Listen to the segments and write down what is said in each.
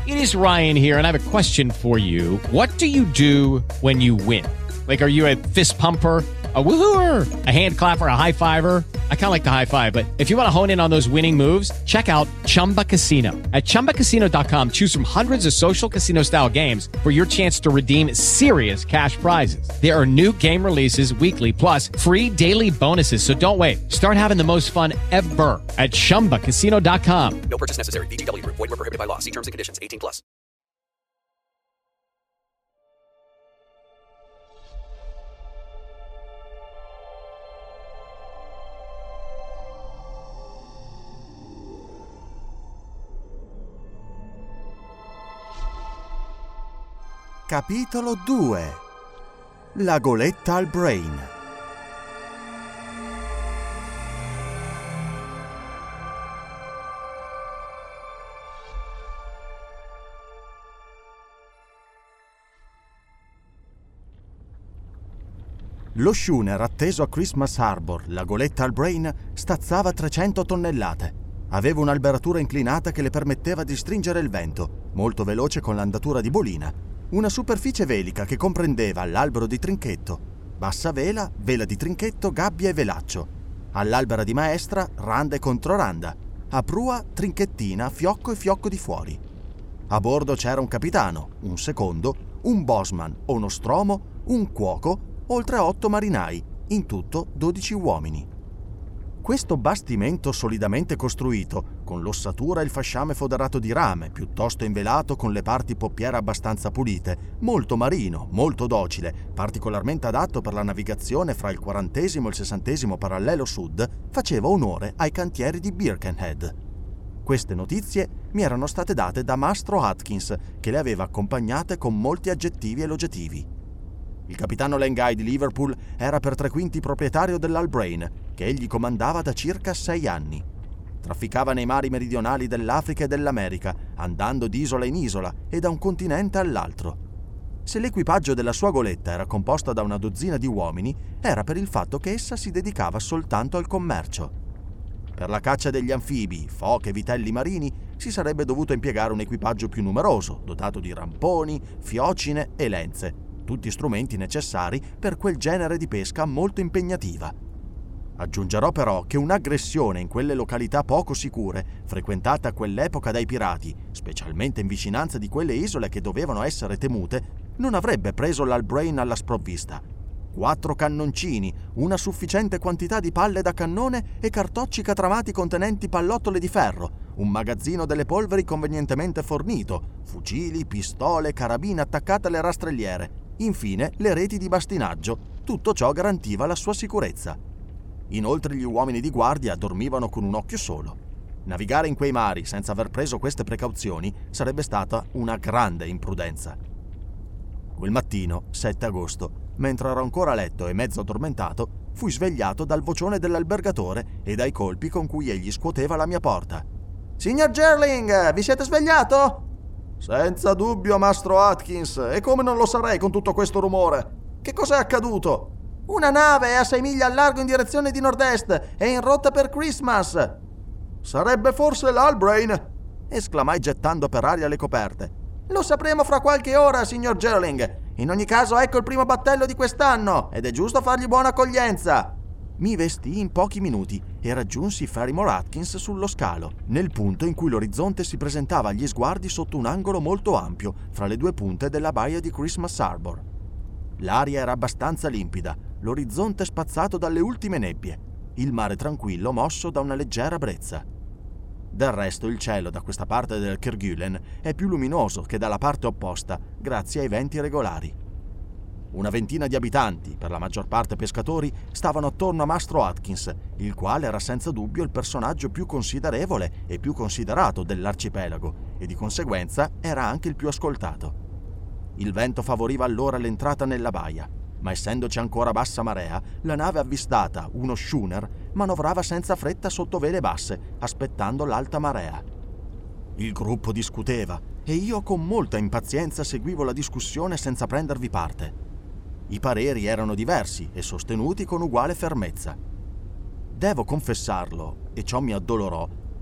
It is Ryan here, and I have a question for you. What do you do when you win? Like, are you a fist pumper, a woohooer, a hand clapper, a high fiver? I kind of like the high five, but if you want to hone in on those winning moves, check out Chumba Casino. At ChumbaCasino.com, choose from hundreds of social casino style games for your chance to redeem serious cash prizes. There are new game releases weekly, plus free daily bonuses. So don't wait. Start having the most fun ever at ChumbaCasino.com. No purchase necessary. VGW Group. Void where prohibited by law. See terms and conditions. 18 plus. Capitolo 2. La goletta al brain. Lo schooner atteso a Christmas Harbor, la goletta al brain, stazzava 300 tonnellate. Aveva un'alberatura inclinata che le permetteva di stringere il vento, molto veloce con l'andatura di bolina. Una superficie velica che comprendeva l'albero di trinchetto, bassa vela, vela di trinchetto, gabbia e velaccio. All'albera di maestra, randa e controranda. A prua, trinchettina, fiocco e fiocco di fuori. A bordo c'era un capitano, un secondo, un bosman o nostromo, un cuoco, oltre a 8 marinai, in tutto 12 uomini. Questo bastimento solidamente costruito, con l'ossatura e il fasciame foderato di rame, piuttosto invelato con le parti poppiere abbastanza pulite, molto marino, molto docile, particolarmente adatto per la navigazione fra il 40° e il 60° parallelo sud, faceva onore ai cantieri di Birkenhead. Queste notizie mi erano state date da Mastro Atkins, che le aveva accompagnate con molti aggettivi elogiativi. Il capitano Lengai di Liverpool era per 3/5 proprietario dell'Albrain, che egli comandava da circa 6 anni. Trafficava nei mari meridionali dell'Africa e dell'America, andando di isola in isola e da un continente all'altro. Se l'equipaggio della sua goletta era composta da una dozzina di uomini, era per il fatto che essa si dedicava soltanto al commercio. Per la caccia degli anfibi, foche e vitelli marini si sarebbe dovuto impiegare un equipaggio più numeroso, dotato di ramponi, fiocine e lenze, tutti strumenti necessari per quel genere di pesca molto impegnativa. Aggiungerò però che un'aggressione in quelle località poco sicure, frequentate a quell'epoca dai pirati, specialmente in vicinanza di quelle isole che dovevano essere temute, non avrebbe preso l'Albrain alla sprovvista. 4 cannoncini, una sufficiente quantità di palle da cannone e cartocci catramati contenenti pallottole di ferro, un magazzino delle polveri convenientemente fornito, fucili, pistole, carabine attaccate alle rastrelliere, infine le reti di bastinaggio. Tutto ciò garantiva la sua sicurezza. Inoltre gli uomini di guardia dormivano con un occhio solo. Navigare in quei mari senza aver preso queste precauzioni sarebbe stata una grande imprudenza. Quel mattino, 7 agosto, mentre ero ancora a letto e mezzo addormentato, fui svegliato dal vocione dell'albergatore e dai colpi con cui egli scuoteva la mia porta. «Signor Gerling, vi siete svegliato?» «Senza dubbio, Mastro Atkins, e come non lo sarei con tutto questo rumore? Che cos'è accaduto?» «Una nave è a 6 miglia al largo in direzione di nord-est e in rotta per Christmas!» «Sarebbe forse l'Albrain?» esclamai gettando per aria le coperte. «Lo sapremo fra qualche ora, signor Gerling. In ogni caso ecco il primo battello di quest'anno ed è giusto fargli buona accoglienza!» Mi vestii in pochi minuti e raggiunsi Ferrymore Atkins sullo scalo, nel punto in cui l'orizzonte si presentava agli sguardi sotto un angolo molto ampio fra le 2 punte della baia di Christmas Harbor. L'aria era abbastanza limpida, l'orizzonte spazzato dalle ultime nebbie, il mare tranquillo mosso da una leggera brezza. Del resto il cielo da questa parte del Kerguelen è più luminoso che dalla parte opposta, grazie ai venti regolari. Una ventina di abitanti, per la maggior parte pescatori, stavano attorno a Mastro Atkins, il quale era senza dubbio il personaggio più considerevole e più considerato dell'arcipelago e di conseguenza era anche il più ascoltato. Il vento favoriva allora l'entrata nella baia, ma essendoci ancora bassa marea, la nave avvistata, uno schooner, manovrava senza fretta sotto vele basse, aspettando l'alta marea. Il gruppo discuteva e io con molta impazienza seguivo la discussione senza prendervi parte. I pareri erano diversi e sostenuti con uguale fermezza. Devo confessarlo, e ciò mi addolorò,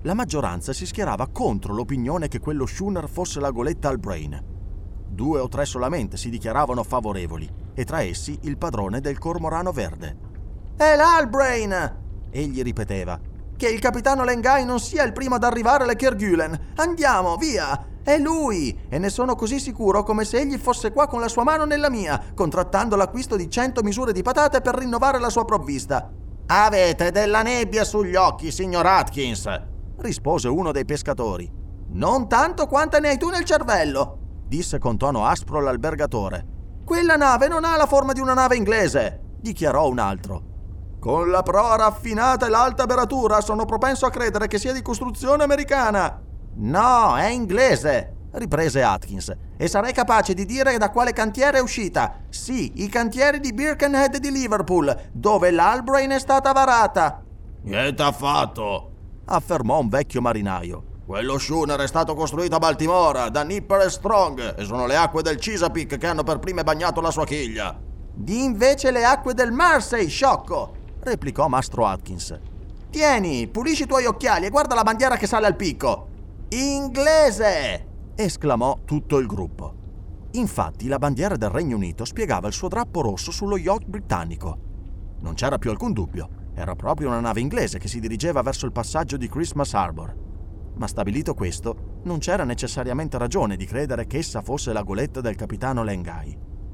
la maggioranza si schierava contro l'opinione che quello schooner fosse la goletta Albrain. 2 o 3 solamente si dichiaravano favorevoli, e tra essi il padrone del cormorano verde. «È l'Albrain!» egli ripeteva. «Che il capitano Lengai non sia il primo ad arrivare alle Kerguelen! Andiamo, via! È lui! E ne sono così sicuro come se egli fosse qua con la sua mano nella mia, contrattando l'acquisto di 100 misure di patate per rinnovare la sua provvista!» «Avete della nebbia sugli occhi, signor Atkins!» rispose uno dei pescatori. «Non tanto quanta ne hai tu nel cervello!» disse con tono aspro l'albergatore. «Quella nave non ha la forma di una nave inglese!» dichiarò un altro. «Con la proa raffinata e l'alta veratura sono propenso a credere che sia di costruzione americana!» «No, è inglese!» riprese Atkins. «E sarei capace di dire da quale cantiere è uscita. Sì, i cantieri di Birkenhead di Liverpool, dove l'Albrain è stata varata!» «Niente affatto!» affermò un vecchio marinaio. «Quello schooner è stato costruito a Baltimora da Nipper e Strong e sono le acque del Chesapeake che hanno per prime bagnato la sua chiglia!» «Di invece le acque del Mersey, sciocco!» replicò Mastro Atkins. «Tieni, pulisci i tuoi occhiali e guarda la bandiera che sale al picco!» «Inglese!» esclamò tutto il gruppo. Infatti la bandiera del Regno Unito spiegava il suo drappo rosso sullo yacht britannico. Non c'era più alcun dubbio, era proprio una nave inglese che si dirigeva verso il passaggio di Christmas Harbour. Ma stabilito questo, non c'era necessariamente ragione di credere che essa fosse la goletta del capitano Lengai.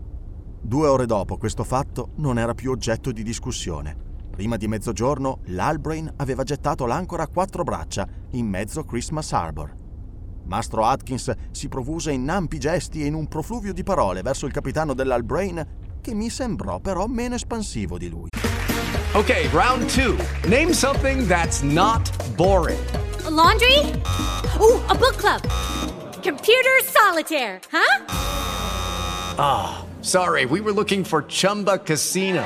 2 ore dopo questo fatto non era più oggetto di discussione. Prima di mezzogiorno l'Albrain aveva gettato l'ancora a 4 braccia in mezzo a Christmas Harbour. Mastro Atkins si profuse in ampi gesti e in un profluvio di parole verso il capitano dell'Albrain che mi sembrò però meno espansivo di lui. Okay, round 2. Name something that's not boring. A laundry? Ooh, a book club. Computer solitaire, huh? Sorry, we were looking for Chumba Casino.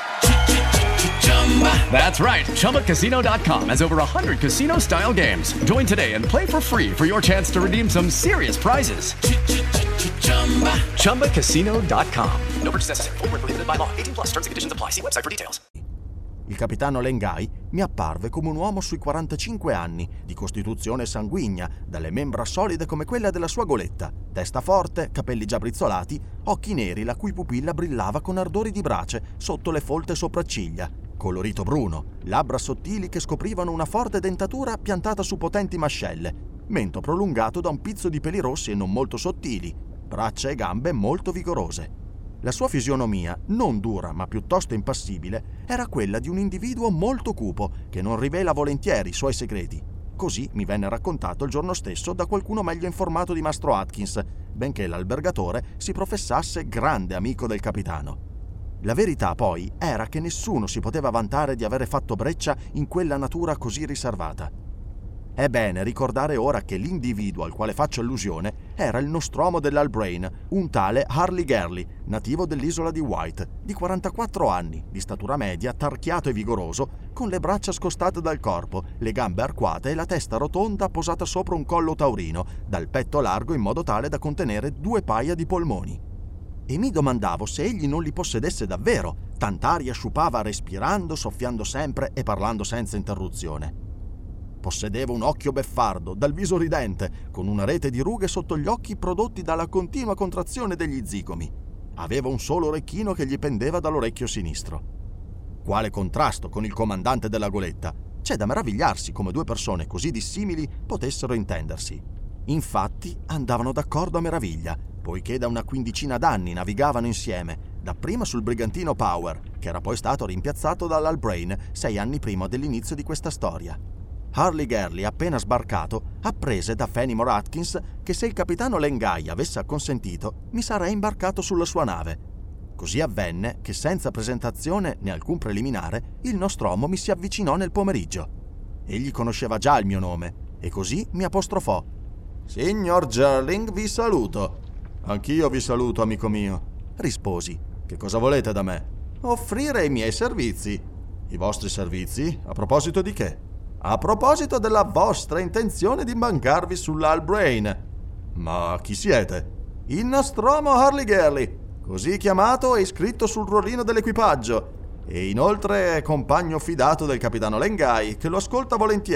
That's right. ChumbaCasino.com has over 100 casino-style games. Join today and play for free for your chance to redeem some serious prizes. ChumbaCasino.com. No purchase necessary. Void where prohibited by law. 18 plus. Terms and conditions apply. See website for details. Il capitano Lengai mi apparve come un uomo sui 45 anni, di costituzione sanguigna, dalle membra solide come quella della sua goletta, testa forte, capelli già brizzolati, occhi neri la cui pupilla brillava con ardori di brace sotto le folte sopracciglia, colorito bruno, labbra sottili che scoprivano una forte dentatura piantata su potenti mascelle, mento prolungato da un pizzo di peli rossi e non molto sottili, braccia e gambe molto vigorose. La sua fisionomia, non dura ma piuttosto impassibile, era quella di un individuo molto cupo che non rivela volentieri i suoi segreti. Così mi venne raccontato il giorno stesso da qualcuno meglio informato di Mastro Atkins, benché l'albergatore si professasse grande amico del capitano. La verità poi era che nessuno si poteva vantare di avere fatto breccia in quella natura così riservata. È bene ricordare ora che l'individuo al quale faccio allusione era il nostromo dell'Albrain, un tale Harley Gurley, nativo dell'isola di Wight, di 44 anni, di statura media, tarchiato e vigoroso, con le braccia scostate dal corpo, le gambe arcuate e la testa rotonda posata sopra un collo taurino, dal petto largo in modo tale da contenere 2 paia di polmoni. E mi domandavo se egli non li possedesse davvero, tant'aria sciupava respirando, soffiando sempre e parlando senza interruzione. Possedeva un occhio beffardo, dal viso ridente, con una rete di rughe sotto gli occhi prodotti dalla continua contrazione degli zigomi. Aveva un solo orecchino che gli pendeva dall'orecchio sinistro. Quale contrasto con il comandante della goletta! C'è da meravigliarsi come 2 persone così dissimili potessero intendersi. Infatti andavano d'accordo a meraviglia, poiché da una 15ina d'anni navigavano insieme, dapprima sul brigantino Power, che era poi stato rimpiazzato dall'Albrain 6 anni prima dell'inizio di questa storia. Harley Gurley, appena sbarcato, apprese da Fenimore Atkins che se il capitano Lengai avesse acconsentito, mi sarei imbarcato sulla sua nave. Così avvenne che senza presentazione né alcun preliminare, il nostromo mi si avvicinò nel pomeriggio. Egli conosceva già il mio nome e così mi apostrofò. «Signor Gerling, vi saluto». «Anch'io vi saluto, amico mio», risposi. «Che cosa volete da me?» «Offrire i miei servizi». «I vostri servizi? A proposito di che?» «A proposito della vostra intenzione di imbarcarvi sull'Albrain». «Ma chi siete?» «Il nostromo Harley Gurley, così chiamato e iscritto sul ruolino dell'equipaggio, e inoltre compagno fidato del capitano Lengai, che lo ascolta volentieri,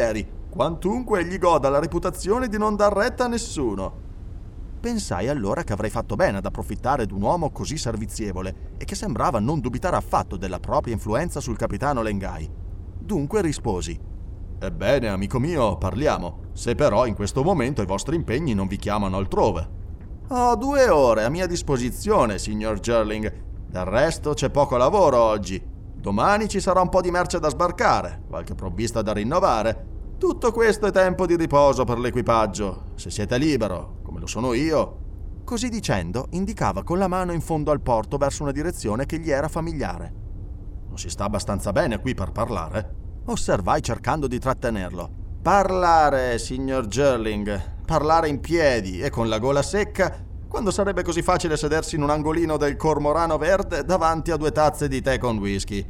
quantunque egli goda la reputazione di non dar retta a nessuno. Pensai allora che avrei fatto bene ad approfittare di un uomo così servizievole e che sembrava non dubitare affatto della propria influenza sul capitano Lengai. Dunque risposi: «Ebbene, amico mio, parliamo, se però in questo momento i vostri impegni non vi chiamano altrove». «Ho 2 ore a mia disposizione, signor Gerling. Del resto c'è poco lavoro oggi. Domani ci sarà un po' di merce da sbarcare, qualche provvista da rinnovare. Tutto questo è tempo di riposo per l'equipaggio. Se siete libero, come lo sono io». Così dicendo, indicava con la mano in fondo al porto verso una direzione che gli era familiare. «Non si sta abbastanza bene qui per parlare?» Osservai cercando di trattenerlo. «Parlare, signor Gerling, parlare in piedi e con la gola secca, quando sarebbe così facile sedersi in un angolino del Cormorano Verde davanti a 2 tazze di tè con whisky.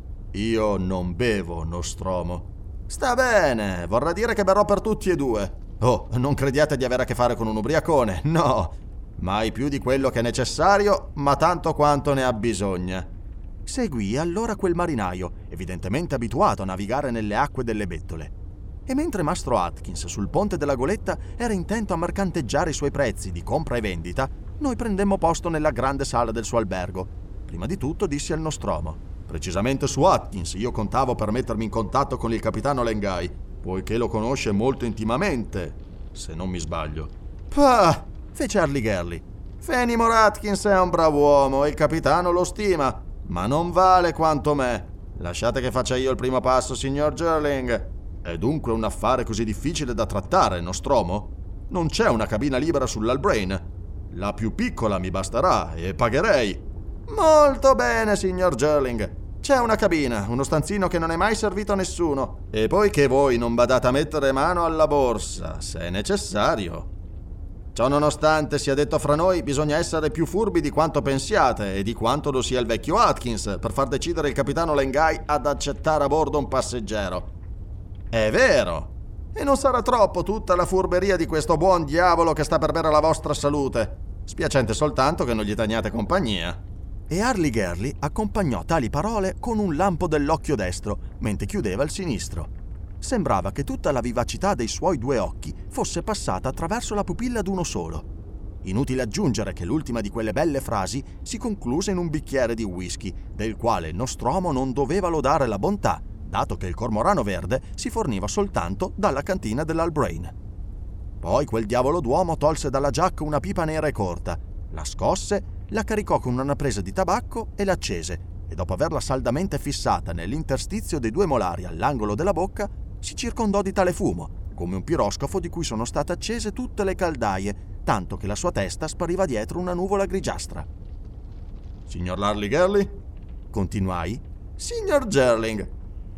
Io non bevo, Nostromo». «Sta bene, vorrà dire che berrò per tutti e 2. Oh, non crediate di avere a che fare con un ubriacone, no, mai più di quello che è necessario, ma tanto quanto ne ha bisogno». Seguì allora quel marinaio, evidentemente abituato a navigare nelle acque delle bettole. E mentre Mastro Atkins sul ponte della Goletta era intento a mercanteggiare i suoi prezzi di compra e vendita, noi prendemmo posto nella grande sala del suo albergo. Prima di tutto dissi al Nostromo: «Precisamente su Atkins io contavo per mettermi in contatto con il capitano Lengai, poiché lo conosce molto intimamente, se non mi sbaglio». «Pah!» fece Hurlygurly. «Fenimore Atkins è un bravo uomo e il capitano lo stima, ma non vale quanto me. Lasciate che faccia io il primo passo, signor Gerling». «È dunque un affare così difficile da trattare, Nostromo? Non c'è una cabina libera sull'Albrain. La più piccola mi basterà e pagherei». «Molto bene, signor Gerling. C'è una cabina, uno stanzino che non è mai servito a nessuno. E poi che voi non badate a mettere mano alla borsa, se è necessario. Ciò nonostante, sia detto fra noi, bisogna essere più furbi di quanto pensiate e di quanto lo sia il vecchio Atkins per far decidere il capitano Lengai ad accettare a bordo un passeggero». «È vero! E non sarà troppo tutta la furberia di questo buon diavolo che sta per bere la vostra salute. Spiacente soltanto che non gli teniate compagnia». E Hurlygurly accompagnò tali parole con un lampo dell'occhio destro, mentre chiudeva il sinistro. Sembrava che tutta la vivacità dei suoi 2 occhi fosse passata attraverso la pupilla d'uno solo. Inutile aggiungere che l'ultima di quelle belle frasi si concluse in un bicchiere di whisky, del quale il Nostromo non doveva lodare la bontà, dato che il Cormorano Verde si forniva soltanto dalla cantina dell'Albrain. Poi quel diavolo d'uomo tolse dalla giacca una pipa nera e corta, la scosse, la caricò con una presa di tabacco e l'accese, e dopo averla saldamente fissata nell'interstizio dei 2 molari all'angolo della bocca, si circondò di tale fumo, come un piroscafo di cui sono state accese tutte le caldaie, tanto che la sua testa spariva dietro una nuvola grigiastra. «Signor Hurlygurly?» continuai. «Signor Gerling,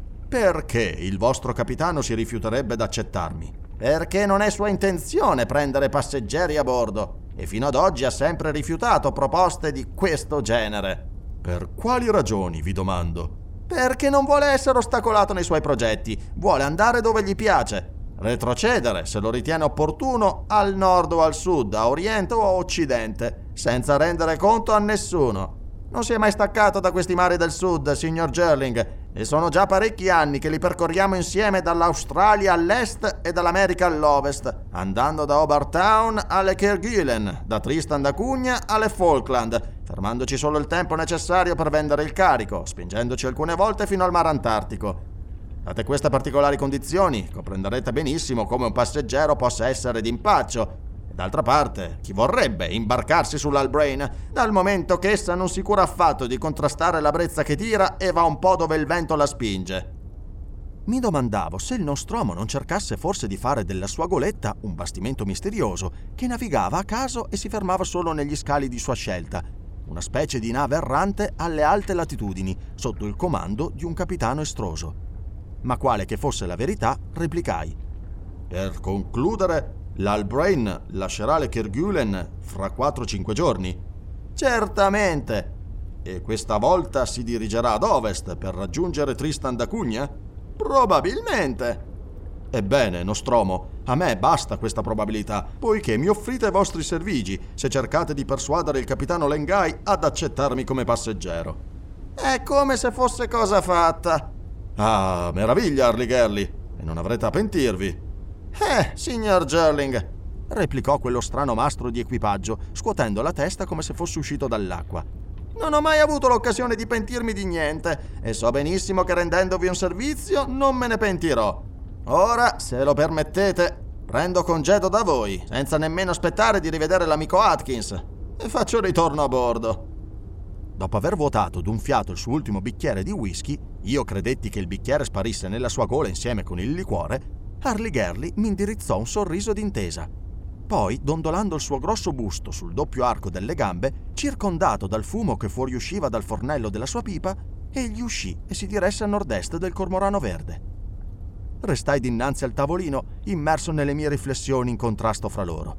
perché il vostro capitano si rifiuterebbe d'accettarmi?» «Perché non è sua intenzione prendere passeggeri a bordo e fino ad oggi ha sempre rifiutato proposte di questo genere». «Per quali ragioni, vi domando?» «Perché non vuole essere ostacolato nei suoi progetti, vuole andare dove gli piace, retrocedere, se lo ritiene opportuno, al nord o al sud, a oriente o a occidente, senza rendere conto a nessuno. Non si è mai staccato da questi mari del sud, signor Gerling, e sono già parecchi anni che li percorriamo insieme dall'Australia all'est e dall'America all'ovest, andando da Hobart Town alle Kerguelen, da Tristan da Cunha alle Falkland, fermandoci solo il tempo necessario per vendere il carico, spingendoci alcune volte fino al Mar Antartico. Date queste particolari condizioni, comprenderete benissimo come un passeggero possa essere d'impaccio. D'altra parte, chi vorrebbe imbarcarsi sull'Albrain, dal momento che essa non si cura affatto di contrastare la brezza che tira e va un po' dove il vento la spinge?» Mi domandavo se il Nostromo non cercasse forse di fare della sua goletta un bastimento misterioso che navigava a caso e si fermava solo negli scali di sua scelta, una specie di nave errante alle alte latitudini, sotto il comando di un capitano estroso. Ma quale che fosse la verità, replicai: «Per concludere, l'Albrain lascerà le Kerguelen fra 4-5 giorni?» «Certamente!» «E questa volta si dirigerà ad ovest per raggiungere Tristan da Cunha?» «Probabilmente!» «Ebbene, Nostromo, a me basta questa probabilità, poiché mi offrite i vostri servigi se cercate di persuadere il capitano Lengai ad accettarmi come passeggero». «È come se fosse cosa fatta». «Ah, meraviglia, Hurlygurly! e non avrete a pentirvi. Signor Gerling, replicò quello strano mastro di equipaggio, scuotendo la testa come se fosse uscito dall'acqua. Non ho mai avuto l'occasione di pentirmi di niente e so benissimo che rendendovi un servizio non me ne pentirò. Ora, se lo permettete, prendo congedo da voi, senza nemmeno aspettare di rivedere l'amico Atkins, e faccio ritorno a bordo. Dopo aver vuotato d'un fiato il suo ultimo bicchiere di whisky, io credetti che il bicchiere sparisse nella sua gola insieme con il liquore. Hurlygurly mi indirizzò un sorriso d'intesa. Poi, dondolando il suo grosso busto sul doppio arco delle gambe, circondato dal fumo che fuoriusciva dal fornello della sua pipa, egli uscì e si diresse a nord-est del Cormorano Verde. Restai dinanzi al tavolino, immerso nelle mie riflessioni in contrasto fra loro.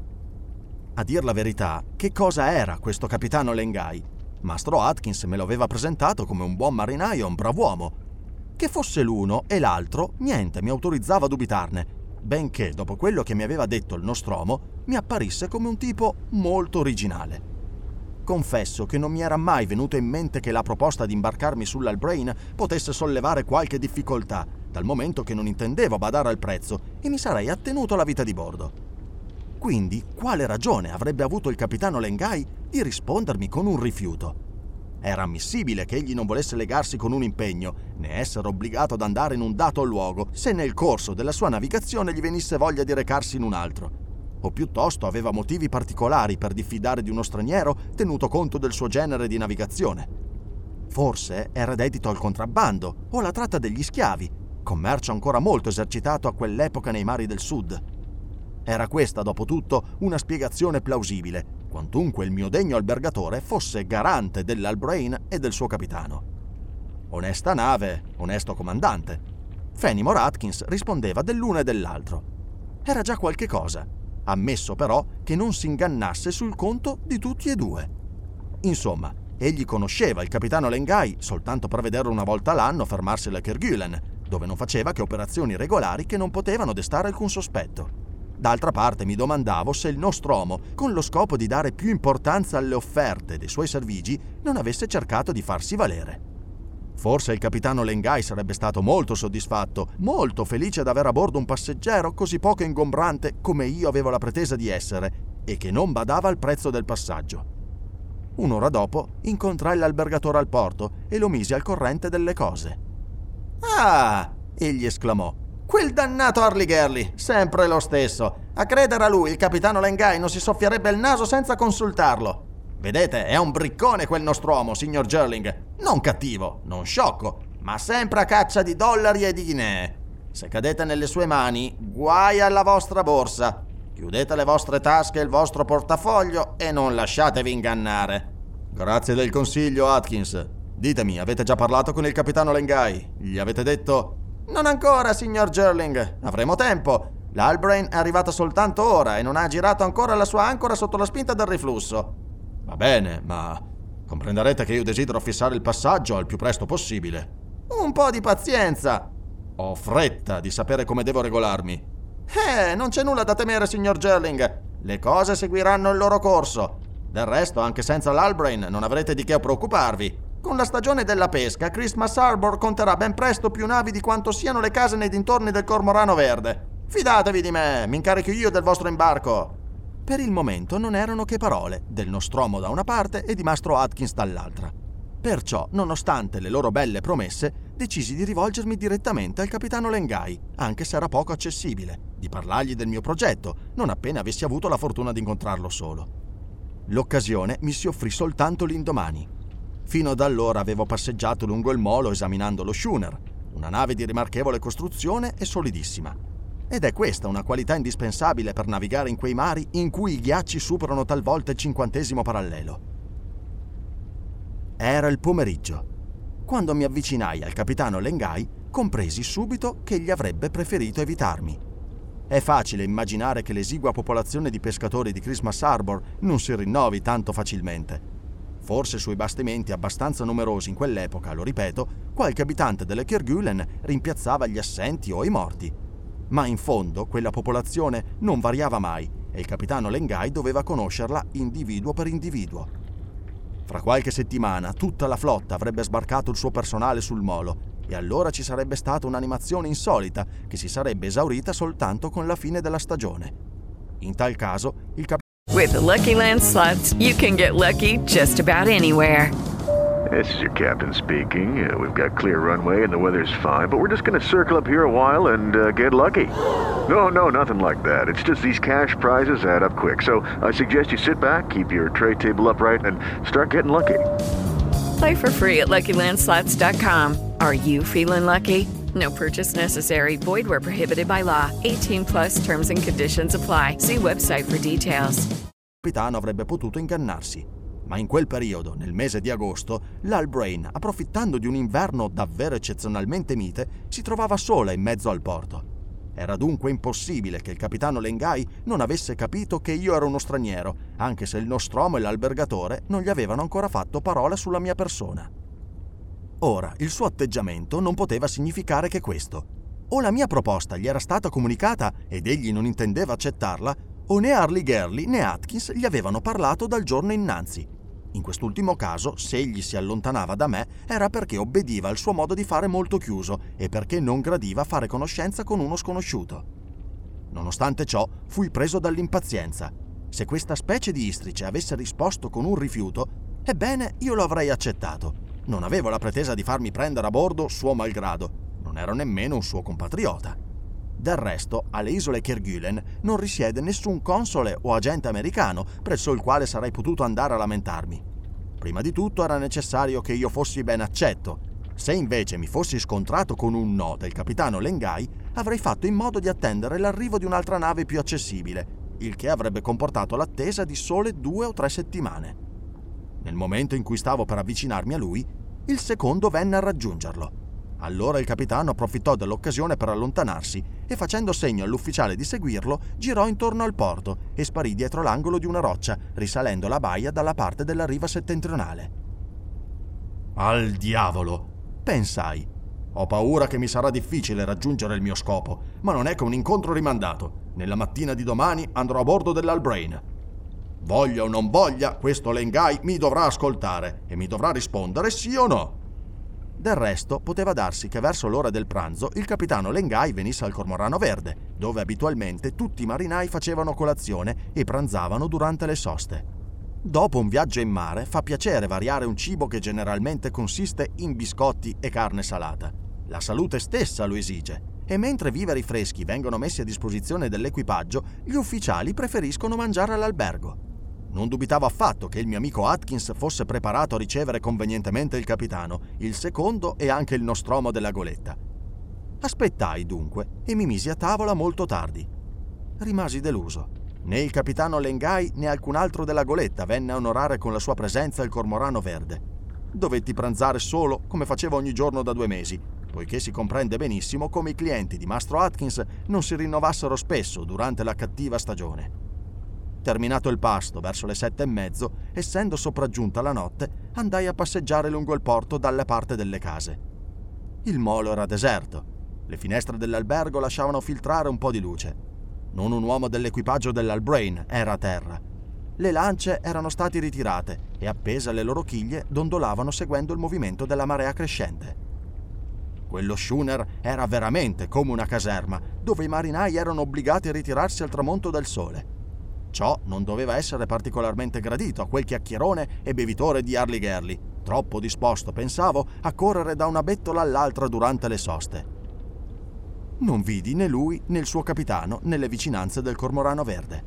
A dir la verità, che cosa era questo capitano Lengai? Mastro Atkins me lo aveva presentato come un buon marinaio e un brav'uomo. Che fosse l'uno e l'altro, niente mi autorizzava a dubitarne, benché dopo quello che mi aveva detto il Nostromo mi apparisse come un tipo molto originale. Confesso che non mi era mai venuto in mente che la proposta di imbarcarmi sull'Albrain potesse sollevare qualche difficoltà, dal momento che non intendevo badare al prezzo e mi sarei attenuto alla vita di bordo. Quindi, quale ragione avrebbe avuto il capitano Lengai di rispondermi con un rifiuto? Era ammissibile che egli non volesse legarsi con un impegno, né essere obbligato ad andare in un dato luogo se nel corso della sua navigazione gli venisse voglia di recarsi in un altro. O piuttosto aveva motivi particolari per diffidare di uno straniero tenuto conto del suo genere di navigazione. Forse era dedito al contrabbando o alla tratta degli schiavi, commercio ancora molto esercitato a quell'epoca nei mari del sud. Era questa, dopo tutto, una spiegazione plausibile, quantunque il mio degno albergatore fosse garante dell'Albrain e del suo capitano. Onesta nave, onesto comandante. Fenimore Atkins rispondeva dell'uno e dell'altro. Era già qualche cosa, ammesso però che non si ingannasse sul conto di tutti e due. Insomma, egli conosceva il capitano Lengai soltanto per vederlo una volta l'anno fermarsi alla Kerguelen, dove non faceva che operazioni regolari che non potevano destare alcun sospetto. D'altra parte mi domandavo se il Nostromo, con lo scopo di dare più importanza alle offerte dei suoi servigi, non avesse cercato di farsi valere. Forse il capitano Lengai sarebbe stato molto soddisfatto, molto felice ad avere a bordo un passeggero così poco ingombrante come io avevo la pretesa di essere e che non badava al prezzo del passaggio. Un'ora dopo incontrai l'albergatore al porto e lo misi al corrente delle cose. «Ah!» egli esclamò. «Quel dannato Hurlygurly, sempre lo stesso. A credere a lui, il capitano Lengai non si soffierebbe il naso senza consultarlo. Vedete, è un briccone quel Nostromo, signor Gerling. Non cattivo, non sciocco, ma sempre a caccia di dollari e di guinee. Se cadete nelle sue mani, guai alla vostra borsa. Chiudete le vostre tasche e il vostro portafoglio e non lasciatevi ingannare». «Grazie del consiglio, Atkins. Ditemi, avete già parlato con il capitano Lengai? Gli avete detto...» «Non ancora, signor Gerling. Avremo tempo. L'Albrain è arrivata soltanto ora e non ha girato ancora la sua ancora sotto la spinta del riflusso». «Va bene, ma comprenderete che io desidero fissare il passaggio al più presto possibile». «Un po' di pazienza». «Ho fretta di sapere come devo regolarmi». Non c'è nulla da temere, signor Gerling. Le cose seguiranno il loro corso. Del resto, anche senza l'Albrain non avrete di che preoccuparvi. Con la stagione della pesca, Christmas Harbour conterà ben presto più navi di quanto siano le case nei dintorni del Cormorano Verde. Fidatevi di me, mi incarico io del vostro imbarco». Per il momento non erano che parole, del Nostromo da una parte e di Mastro Atkins dall'altra. Perciò, nonostante le loro belle promesse, decisi di rivolgermi direttamente al capitano Lengai, anche se era poco accessibile, di parlargli del mio progetto, non appena avessi avuto la fortuna di incontrarlo solo. L'occasione mi si offrì soltanto l'indomani. Fino ad allora avevo passeggiato lungo il molo esaminando lo schooner, una nave di rimarchevole costruzione e solidissima. Ed è questa una qualità indispensabile per navigare in quei mari in cui i ghiacci superano talvolta il 50° parallelo. Era il pomeriggio. Quando mi avvicinai al capitano Lengai, compresi subito che egli avrebbe preferito evitarmi. È facile immaginare che l'esigua popolazione di pescatori di Christmas Harbour non si rinnovi tanto facilmente. Forse sui bastimenti abbastanza numerosi in quell'epoca, lo ripeto, qualche abitante delle Kerguelen rimpiazzava gli assenti o i morti. Ma in fondo quella popolazione non variava mai e il capitano Lengai doveva conoscerla individuo per individuo. Fra qualche settimana tutta la flotta avrebbe sbarcato il suo personale sul molo e allora ci sarebbe stata un'animazione insolita che si sarebbe esaurita soltanto con la fine della stagione. In tal caso, il With the Lucky Land Slots, you can get lucky just about anywhere. This is your captain speaking. We've got clear runway and the weather's fine, but we're just going to circle up here a while and get lucky. No, nothing like that. It's just these cash prizes add up quick. So I suggest you sit back, keep your tray table upright, and start getting lucky. Play for free at LuckyLandSlots.com. Are you feeling lucky? No purchase necessary. Void where prohibited by law. 18+ terms and conditions apply. See website for details. Il capitano avrebbe potuto ingannarsi, ma in quel periodo, nel mese di agosto, l'Albrain, approfittando di un inverno davvero eccezionalmente mite, si trovava sola in mezzo al porto. Era dunque impossibile che il capitano Lengai non avesse capito che io ero uno straniero, anche se il nostromo e l'albergatore non gli avevano ancora fatto parola sulla mia persona. Ora, il suo atteggiamento non poteva significare che questo. O la mia proposta gli era stata comunicata ed egli non intendeva accettarla, o né Harley Gurley né Atkins gli avevano parlato dal giorno innanzi. In quest'ultimo caso, se egli si allontanava da me, era perché obbediva al suo modo di fare molto chiuso e perché non gradiva fare conoscenza con uno sconosciuto. Nonostante ciò, fui preso dall'impazienza. Se questa specie di istrice avesse risposto con un rifiuto, ebbene, io lo avrei accettato. Non avevo la pretesa di farmi prendere a bordo suo malgrado. Non ero nemmeno un suo compatriota. Del resto, alle isole Kerguelen non risiede nessun console o agente americano presso il quale sarei potuto andare a lamentarmi. Prima di tutto era necessario che io fossi ben accetto. Se invece mi fossi scontrato con un no del capitano Lengai, avrei fatto in modo di attendere l'arrivo di un'altra nave più accessibile, il che avrebbe comportato l'attesa di sole 2 o 3 settimane. Nel momento in cui stavo per avvicinarmi a lui, il secondo venne a raggiungerlo. Allora il capitano approfittò dell'occasione per allontanarsi e, facendo segno all'ufficiale di seguirlo, girò intorno al porto e sparì dietro l'angolo di una roccia, risalendo la baia dalla parte della riva settentrionale. Al diavolo! Pensai. Ho paura che mi sarà difficile raggiungere il mio scopo, ma non è che un incontro rimandato. Nella mattina di domani andrò a bordo dell'Albrain. Voglia o non voglia, questo Lengai mi dovrà ascoltare e mi dovrà rispondere sì o no. Del resto, poteva darsi che verso l'ora del pranzo il capitano Lengai venisse al Cormorano Verde, dove abitualmente tutti i marinai facevano colazione e pranzavano durante le soste. Dopo un viaggio in mare fa piacere variare un cibo che generalmente consiste in biscotti e carne salata. La salute stessa lo esige, e mentre viveri freschi vengono messi a disposizione dell'equipaggio, gli ufficiali preferiscono mangiare all'albergo. Non dubitavo affatto che il mio amico Atkins fosse preparato a ricevere convenientemente il capitano, il secondo e anche il nostromo della goletta. Aspettai dunque e mi misi a tavola molto tardi. Rimasi deluso. Né il capitano Lengai né alcun altro della goletta venne a onorare con la sua presenza il Cormorano Verde. Dovetti pranzare solo come facevo ogni giorno da 2 mesi, poiché si comprende benissimo come i clienti di Mastro Atkins non si rinnovassero spesso durante la cattiva stagione. Terminato il pasto, verso le 7:30, essendo sopraggiunta la notte, andai a passeggiare lungo il porto dalle parte delle case. Il molo era deserto. Le finestre dell'albergo lasciavano filtrare un po' di luce. Non un uomo dell'equipaggio dell'Albrain era a terra. Le lance erano state ritirate e appese alle loro chiglie dondolavano seguendo il movimento della marea crescente. Quello schooner era veramente come una caserma, dove i marinai erano obbligati a ritirarsi al tramonto del sole. Ciò non doveva essere particolarmente gradito a quel chiacchierone e bevitore di Harley Gurley, troppo disposto, pensavo, a correre da una bettola all'altra durante le soste. Non vidi né lui né il suo capitano nelle vicinanze del Cormorano Verde.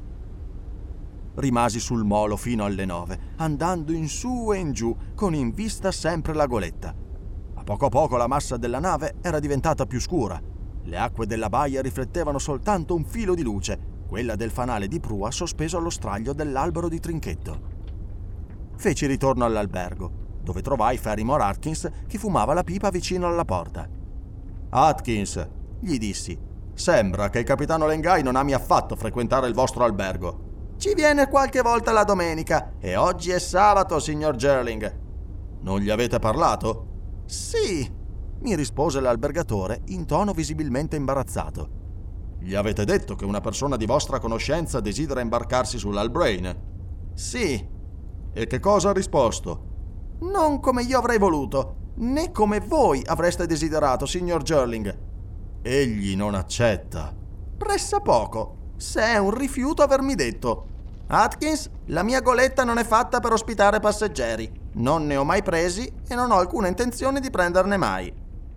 Rimasi sul molo fino alle 9, andando in su e in giù, con in vista sempre la goletta. A poco la massa della nave era diventata più scura. Le acque della baia riflettevano soltanto un filo di luce, quella del fanale di prua sospeso allo straglio dell'albero di trinchetto. Feci ritorno all'albergo, dove trovai Ferrymore Atkins che fumava la pipa vicino alla porta. «Atkins», gli dissi, «sembra che il capitano Lengai non ami affatto frequentare il vostro albergo. Ci viene qualche volta la domenica e oggi è sabato, signor Gerling». «Non gli avete parlato?» «Sì», mi rispose l'albergatore in tono visibilmente imbarazzato. «Gli avete detto che una persona di vostra conoscenza desidera imbarcarsi sull'Albrain?» «Sì». «E che cosa ha risposto?» «Non come io avrei voluto. né come voi avreste desiderato, signor Gerling. Egli non accetta. Pressappoco, se è un rifiuto avermi detto: Atkins, la mia goletta non è fatta per ospitare passeggeri. Non ne ho mai presi e non ho alcuna intenzione di prenderne mai.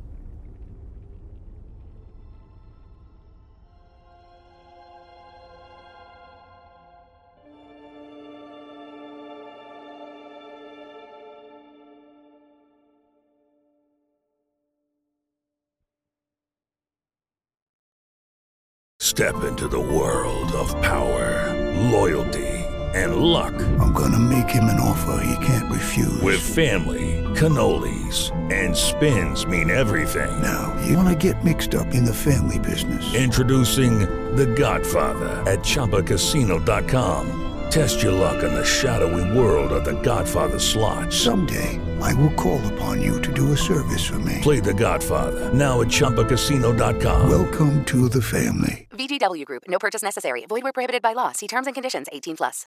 Step into the world of power, loyalty, and luck. I'm gonna make him an offer he can't refuse. With family, cannolis, and spins mean everything. Now, you wanna get mixed up in the family business. Introducing The Godfather at ChumbaCasino.com. Test your luck in the shadowy world of The Godfather slot. Someday, I will call upon you to do a service for me. Play The Godfather now at ChumbaCasino.com. Welcome to the family. VGW Group. No purchase necessary. Void where prohibited by law. See terms and conditions. 18+.